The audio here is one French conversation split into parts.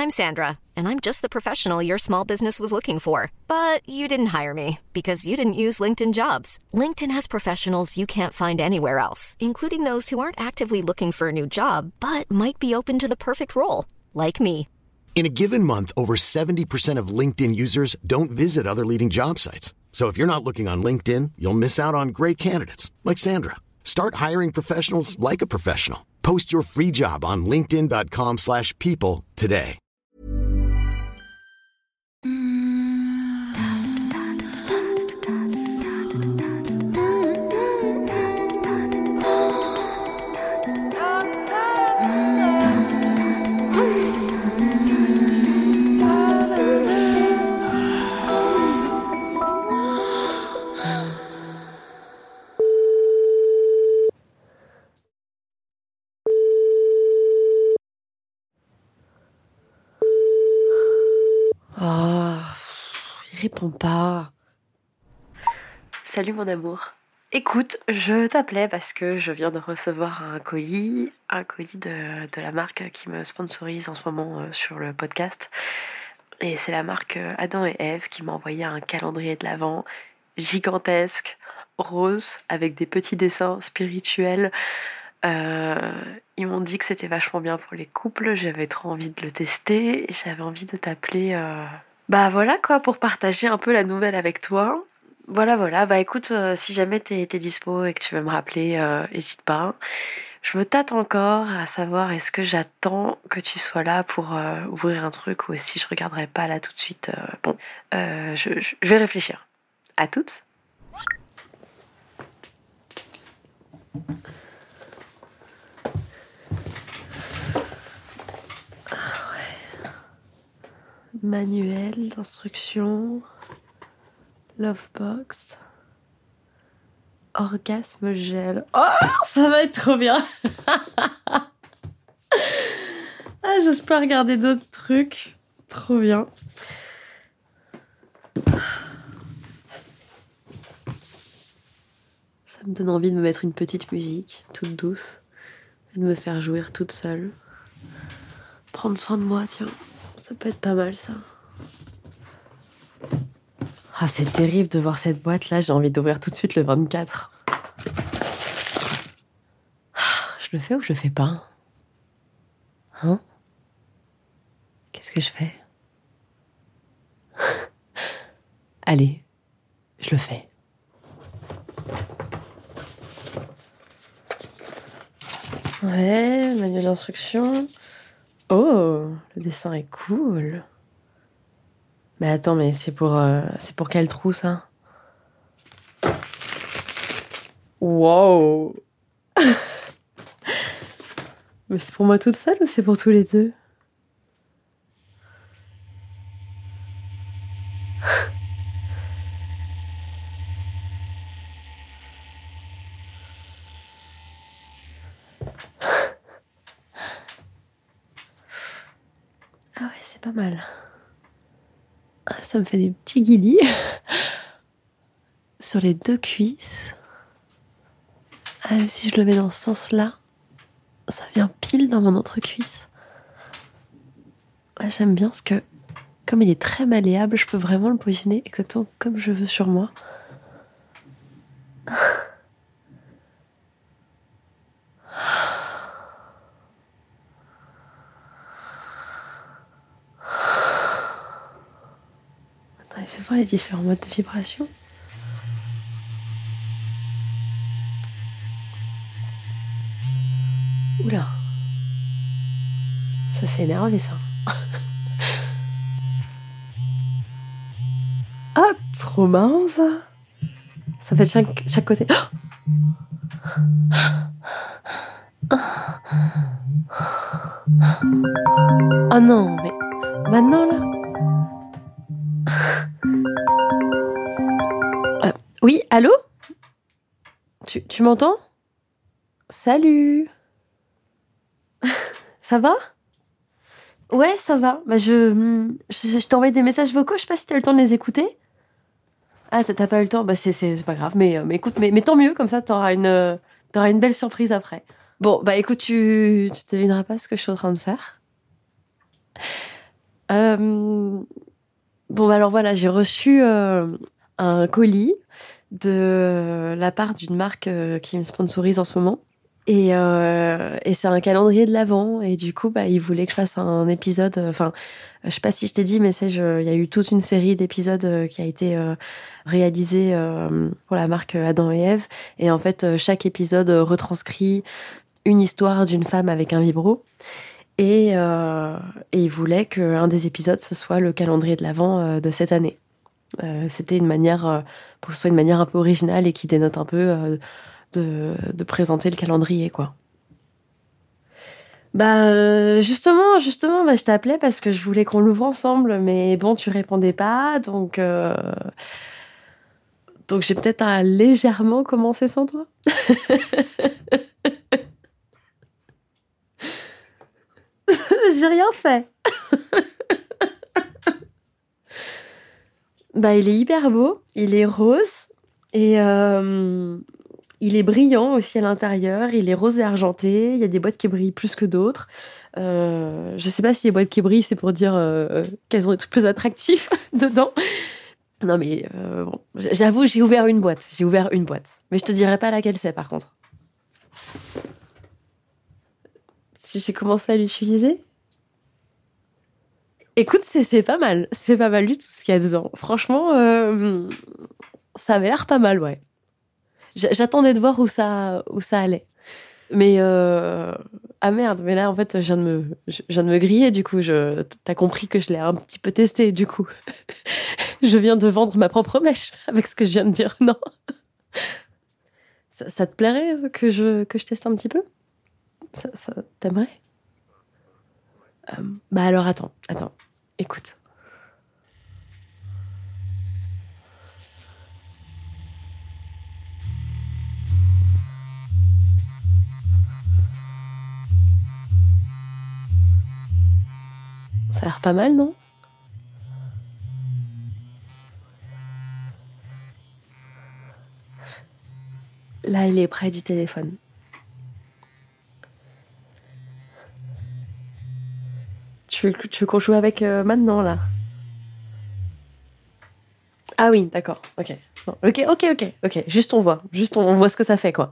I'm Sandra, and I'm just the professional your small business was looking for. But you didn't hire me because you didn't use LinkedIn Jobs. LinkedIn has professionals you can't find anywhere else, including those who aren't actively looking for a new job, but might be open to the perfect role, like me. In a given month, over 70% of LinkedIn users don't visit other leading job sites. So if you're not looking on LinkedIn, you'll miss out on great candidates like Sandra. Start hiring professionals like a professional. Post your free job on linkedin.com/people today. Il répond pas. Salut mon amour. Écoute, je t'appelais parce que je viens de recevoir un colis de la marque qui me sponsorise en ce moment sur le podcast. Et c'est la marque Adam et Ève qui m'a envoyé un calendrier de l'Avent gigantesque, rose, avec des petits dessins spirituels. Ils m'ont dit que c'était vachement bien pour les couples. J'avais trop envie de le tester. J'avais envie de t'appeler... Bah voilà quoi, pour partager un peu la nouvelle avec toi. Voilà. Bah écoute, si jamais t'es dispo et que tu veux me rappeler, hésite pas. Je me tâte encore à savoir est-ce que j'attends que tu sois là pour ouvrir un truc ou si je regarderai pas là tout de suite. Je vais réfléchir. À toutes. Manuel d'instruction, Lovebox, orgasme gel. Oh, ça va être trop bien. J'ose pas regarder d'autres trucs. Trop bien. Ça me donne envie de me mettre une petite musique, toute douce, et de me faire jouir toute seule. Prendre soin de moi, tiens. Ça peut être pas mal, ça. Ah, c'est terrible de voir cette boîte-là. J'ai envie d'ouvrir tout de suite le 24. Je le fais ou je le fais pas? Hein? Qu'est-ce que je fais? Allez, je le fais. Ouais, manuel d'instruction. Oh, le dessin est cool. Mais attends, mais c'est pour quel trou, ça? Wow. Mais c'est pour moi toute seule ou c'est pour tous les deux? Ah ouais, c'est pas mal. Ça me fait des petits guillis sur les deux cuisses. Si je le mets dans ce sens-là, ça vient pile dans mon entrecuisse. J'aime bien parce que, comme il est très malléable, je peux vraiment le positionner exactement comme je veux sur moi. Attends, il fait voir les différents modes de vibration. Oula. Ça s'est énervé, ça. Ah, trop marrant, ça. Ça fait chaque côté. Oh non, mais maintenant, là. Oui, allô? Tu m'entends? Salut. Ça va? Ouais, ça va. Bah, je t'ai envoyé des messages vocaux, je sais pas si t'as eu le temps de les écouter. Ah, t'as pas eu le temps? Bah, c'est pas grave, mais écoute, mais tant mieux, comme ça, t'auras une belle surprise après. Bon, bah, écoute, tu devineras pas ce que je suis en train de faire. Bon, bah alors voilà, j'ai reçu un colis de la part d'une marque qui me sponsorise en ce moment. Et c'est un calendrier de l'Avent. Et du coup, bah, ils voulaient que je fasse un épisode. Enfin, je sais pas si je t'ai dit, mais il y a eu toute une série d'épisodes qui a été réalisée pour la marque Adam et Ève. Et en fait, chaque épisode retranscrit une histoire d'une femme avec un vibro. Et ils voulaient qu'un des épisodes, ce soit le calendrier de l'Avent de cette année. C'était une manière, pour que ce soit une manière un peu originale et qui dénote un peu de présenter le calendrier, quoi. Justement, bah, je t'appelais parce que je voulais qu'on l'ouvre ensemble, mais bon, tu répondais pas, donc j'ai peut-être à légèrement commencer sans toi. J'ai rien fait. Bah, il est hyper beau, il est rose et il est brillant aussi à l'intérieur, il est rose et argenté, il y a des boîtes qui brillent plus que d'autres. Je sais pas si les boîtes qui brillent, c'est pour dire qu'elles ont des trucs plus attractifs dedans. Non mais bon, j'avoue, j'ai ouvert une boîte. Mais je te dirai pas laquelle c'est par contre. Si j'ai commencé à l'utiliser. Écoute, c'est pas mal. C'est pas mal du tout ce qu'il y a dedans. Franchement, ça avait l'air pas mal, ouais. J'attendais de voir où ça allait. Mais ah merde, mais là en fait je viens de me griller du coup. T'as compris que je l'ai un petit peu testé du coup. Je viens de vendre ma propre mèche avec ce que je viens de dire. Non. Ça te plairait que je teste un petit peu? T'aimerais? Bah alors attends. Écoute. Ça a l'air pas mal, non? Là, il est près du téléphone. Tu veux qu'on joue avec maintenant, là? Ah oui, d'accord, ok. Non, ok. Juste on voit ce que ça fait, quoi.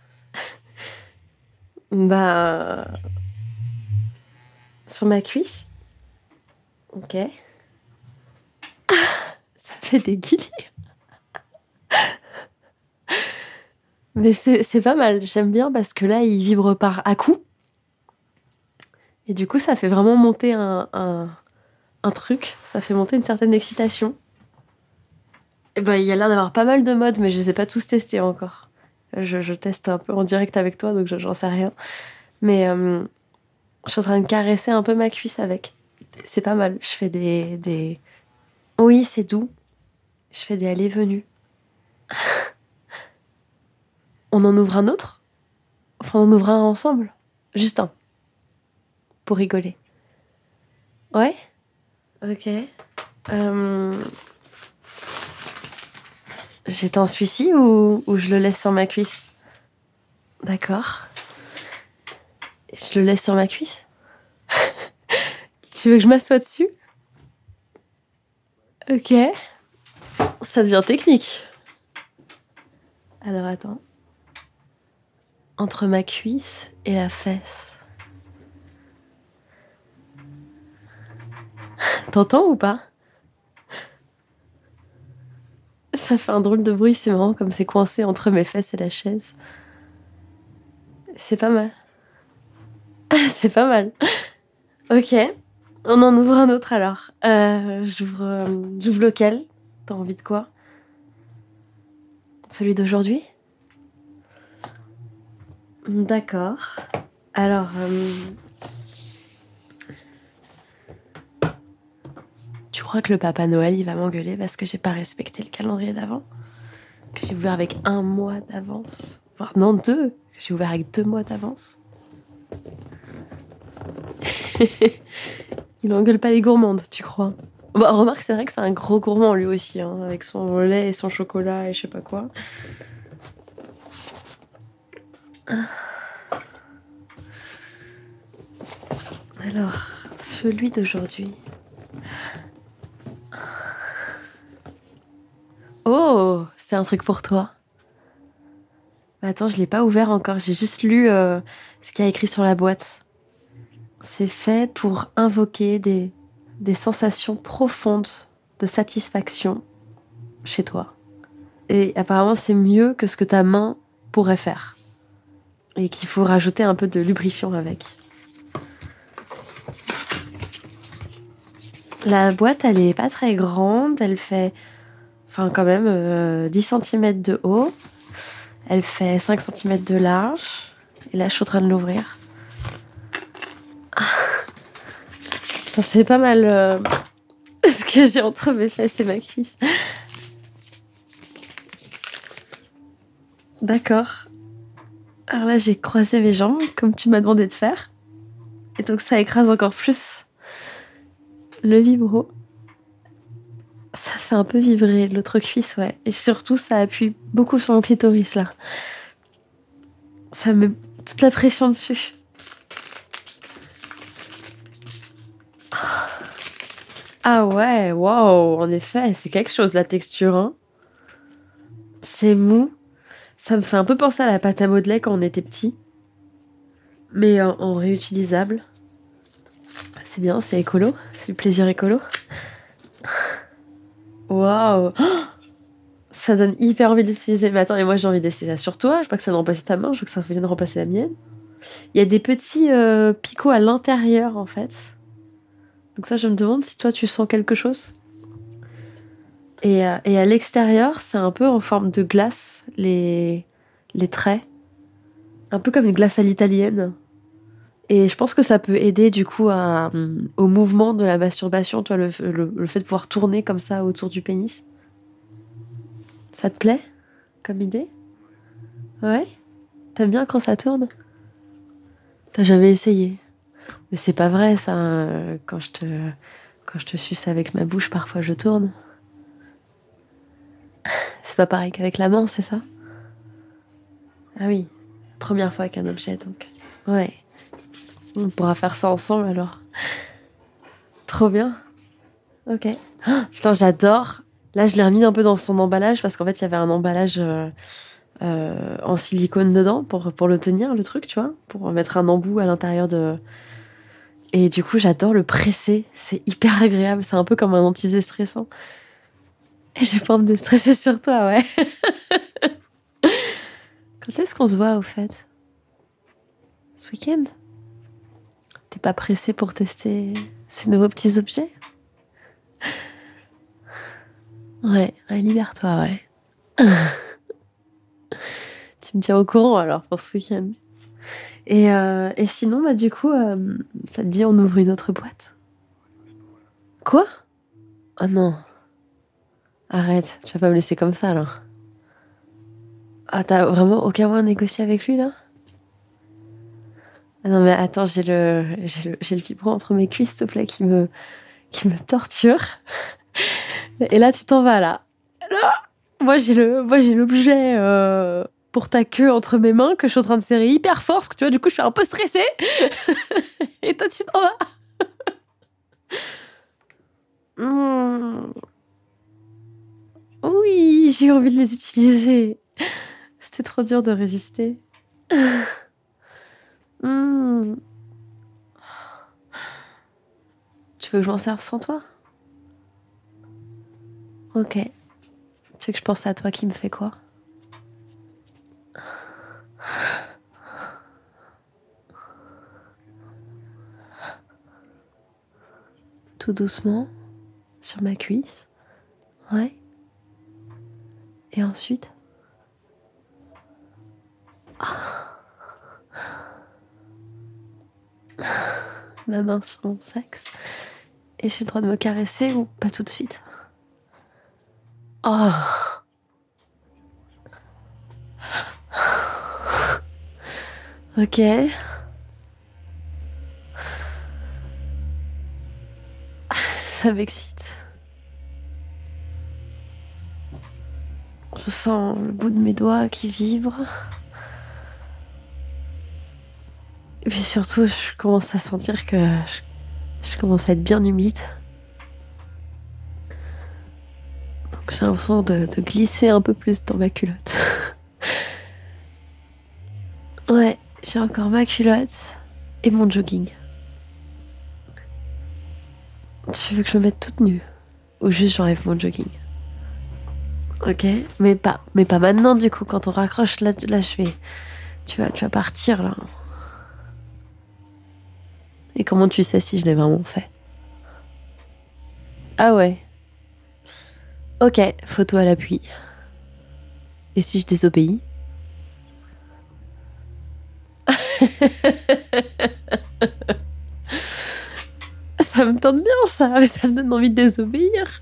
Bah... Sur ma cuisse? Ok. Ça fait des guillis. Mais c'est pas mal, j'aime bien parce que là, il vibre par à-coups. Et du coup, ça fait vraiment monter un truc. Ça fait monter une certaine excitation. Et ben, il y a l'air d'avoir pas mal de modes, mais je les ai pas tous testés encore. Je teste un peu en direct avec toi, donc j'en sais rien. Mais je suis en train de caresser un peu ma cuisse avec. C'est pas mal. Je fais des... Oui, c'est doux. Je fais des allées-venues. On en ouvre un autre? Enfin, on en ouvre un ensemble. Juste un. Pour rigoler. Ouais? Ok. J'éteins celui-ci ou je le laisse sur ma cuisse? D'accord. Je le laisse sur ma cuisse? Tu veux que je m'assoie dessus? Ok. Ça devient technique. Alors attends. Entre ma cuisse et la fesse. T'entends ou pas? Ça fait un drôle de bruit, c'est marrant comme c'est coincé entre mes fesses et la chaise. C'est pas mal. C'est pas mal. Ok. On en ouvre un autre alors. J'ouvre lequel? T'as envie de quoi? Celui d'aujourd'hui? D'accord. Alors, tu crois que le Papa Noël, il va m'engueuler parce que j'ai pas respecté le calendrier d'avant? Que j'ai ouvert avec 1 mois d'avance? Voire non, 2. Que j'ai ouvert avec 2 mois d'avance. Il engueule pas les gourmandes, tu crois? Bah, remarque, c'est vrai que c'est un gros gourmand lui aussi, hein, avec son lait et son chocolat et je sais pas quoi. Alors, celui d'aujourd'hui. c'est un truc pour toi. Mais attends, je l'ai pas ouvert encore. J'ai juste lu ce qu'il y a écrit sur la boîte. C'est fait pour invoquer des sensations profondes de satisfaction chez toi. Et apparemment, c'est mieux que ce que ta main pourrait faire. Et qu'il faut rajouter un peu de lubrifiant avec. La boîte, elle est pas très grande. Elle fait, quand même 10 cm de haut. Elle fait 5 cm de large. Et là, je suis en train de l'ouvrir. C'est pas mal ce que j'ai entre mes fesses et ma cuisse. D'accord. Alors là, j'ai croisé mes jambes, comme tu m'as demandé de faire. Et donc, ça écrase encore plus le vibro. Ça fait un peu vibrer l'autre cuisse, ouais. Et surtout, ça appuie beaucoup sur mon clitoris, là. Ça met toute la pression dessus. Ah ouais, waouh, en effet, c'est quelque chose, la texture, hein. C'est mou. Ça me fait un peu penser à la pâte à modeler quand on était petit. Mais en réutilisable. C'est bien, c'est écolo. C'est du plaisir écolo. Waouh. Ça donne hyper envie de l'utiliser. Mais attends, et moi j'ai envie d'essayer ça sur toi. Je veux pas que ça vienne remplacer ta main, je veux que ça vienne remplacer la mienne. Il y a des petits picots à l'intérieur, en fait. Donc ça, je me demande si toi, tu sens quelque chose. Et à l'extérieur, c'est un peu en forme de glace, les traits. Un peu comme une glace à l'italienne. Et je pense que ça peut aider, du coup, au mouvement de la masturbation. Toi, le fait de pouvoir tourner comme ça autour du pénis. Ça te plaît comme idée? Ouais? T'aimes bien quand ça tourne? T'as jamais essayé? Mais c'est pas vrai, ça. Quand je te suce avec ma bouche, parfois je tourne. C'est pas pareil qu'avec la main, c'est ça? Ah oui. Première fois avec un objet, donc. Ouais. On pourra faire ça ensemble, alors. Trop bien. Ok. Oh, putain, j'adore. Là, je l'ai remis un peu dans son emballage, parce qu'en fait, il y avait un emballage en silicone dedans, pour le tenir, le truc, tu vois? Pour mettre un embout à l'intérieur de... Et du coup, j'adore le presser. C'est hyper agréable. C'est un peu comme un anti-déstressant. Et j'ai pas envie de stresser sur toi, ouais. Quand est-ce qu'on se voit, au fait? Ce week-end? T'es pas pressé pour tester ces nouveaux petits objets? Ouais, libère-toi, ouais. Tu me tiens au courant, alors, pour ce week-end. Et sinon, bah, du coup, ça te dit, on ouvre une autre boîte? Quoi? Oh non. Arrête, tu vas pas me laisser comme ça, alors. Ah, t'as vraiment aucun moyen de négocier avec lui, là? Ah non, mais attends, j'ai le vibro entre mes cuisses, s'il te plaît, qui me torture. Et là, tu t'en vas, là. Là, moi, j'ai l'objet pour ta queue entre mes mains que je suis en train de serrer hyper fort, parce que tu vois, du coup, je suis un peu stressée. Et toi, tu t'en vas. Oui, j'ai eu envie de les utiliser. C'était trop dur de résister. Tu veux que je m'en serve sans toi? Ok. Tu veux que je pense à toi qui me fait quoi? Tout doucement, sur ma cuisse. Ouais. Et ensuite? Ma main sur mon sexe. Et j'ai le droit de me caresser ou pas tout de suite? Oh. Ok. Ça m'excite. Je sens le bout de mes doigts qui vibre. Et puis surtout, je commence à sentir que je commence à être bien humide. Donc J'ai l'impression de glisser un peu plus dans ma culotte. Ouais, j'ai encore ma culotte et mon jogging. Tu veux que je me mette toute nue? Ou juste j'enlève mon jogging? Ok, mais pas maintenant du coup, quand on raccroche là je vais... Tu vas partir là. Et comment tu sais si je l'ai vraiment fait? Ah ouais. Ok, photo à l'appui. Et si je désobéis? Ça me tente bien ça, mais ça me donne envie de désobéir.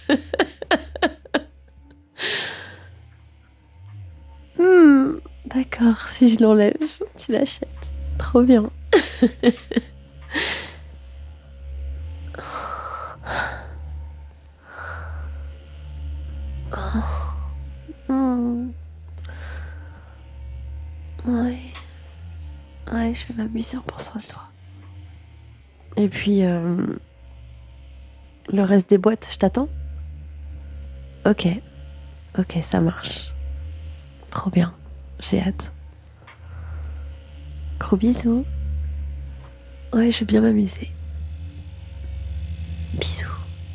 D'accord, si je l'enlève, tu l'achètes. Trop bien. Ouais, je vais m'amuser en pensant à toi. Et puis, le reste des boîtes, je t'attends? Ok, ça marche. Trop bien, j'ai hâte. Gros bisous. Ouais, je vais bien m'amuser. Bisous.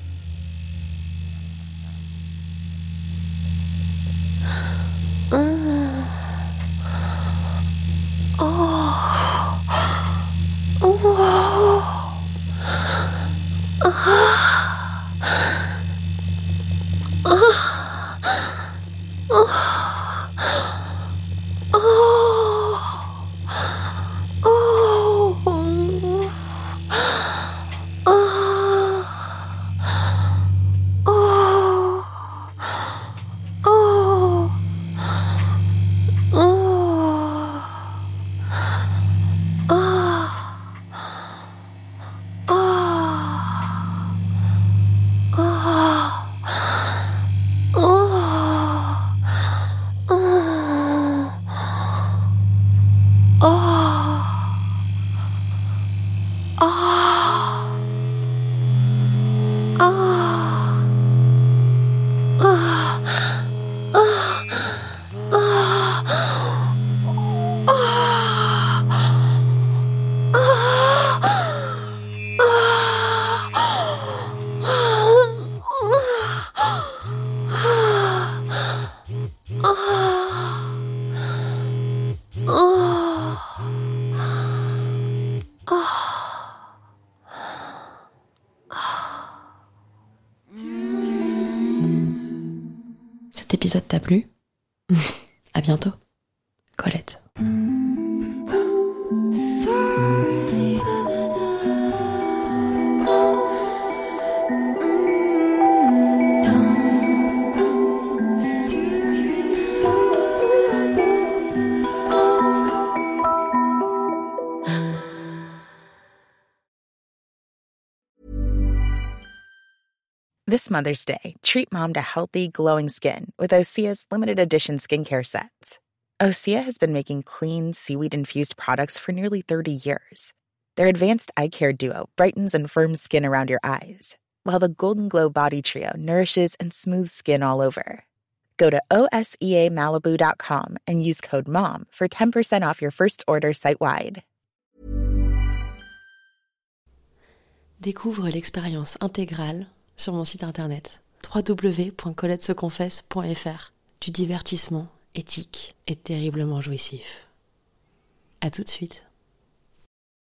Cet épisode t'a plu? À bientôt. Colette. This Mother's Day, treat mom to healthy, glowing skin with Osea's limited edition skincare sets. Osea has been making clean, seaweed-infused products for nearly 30 years. Their advanced eye care duo brightens and firms skin around your eyes, while the Golden Glow Body Trio nourishes and smooths skin all over. Go to OSEAMalibu.com and use code MOM for 10% off your first order site-wide. Découvre l'expérience intégrale sur mon site internet www.coletteseconfesse.fr. Du divertissement éthique et terriblement jouissif. À tout de suite.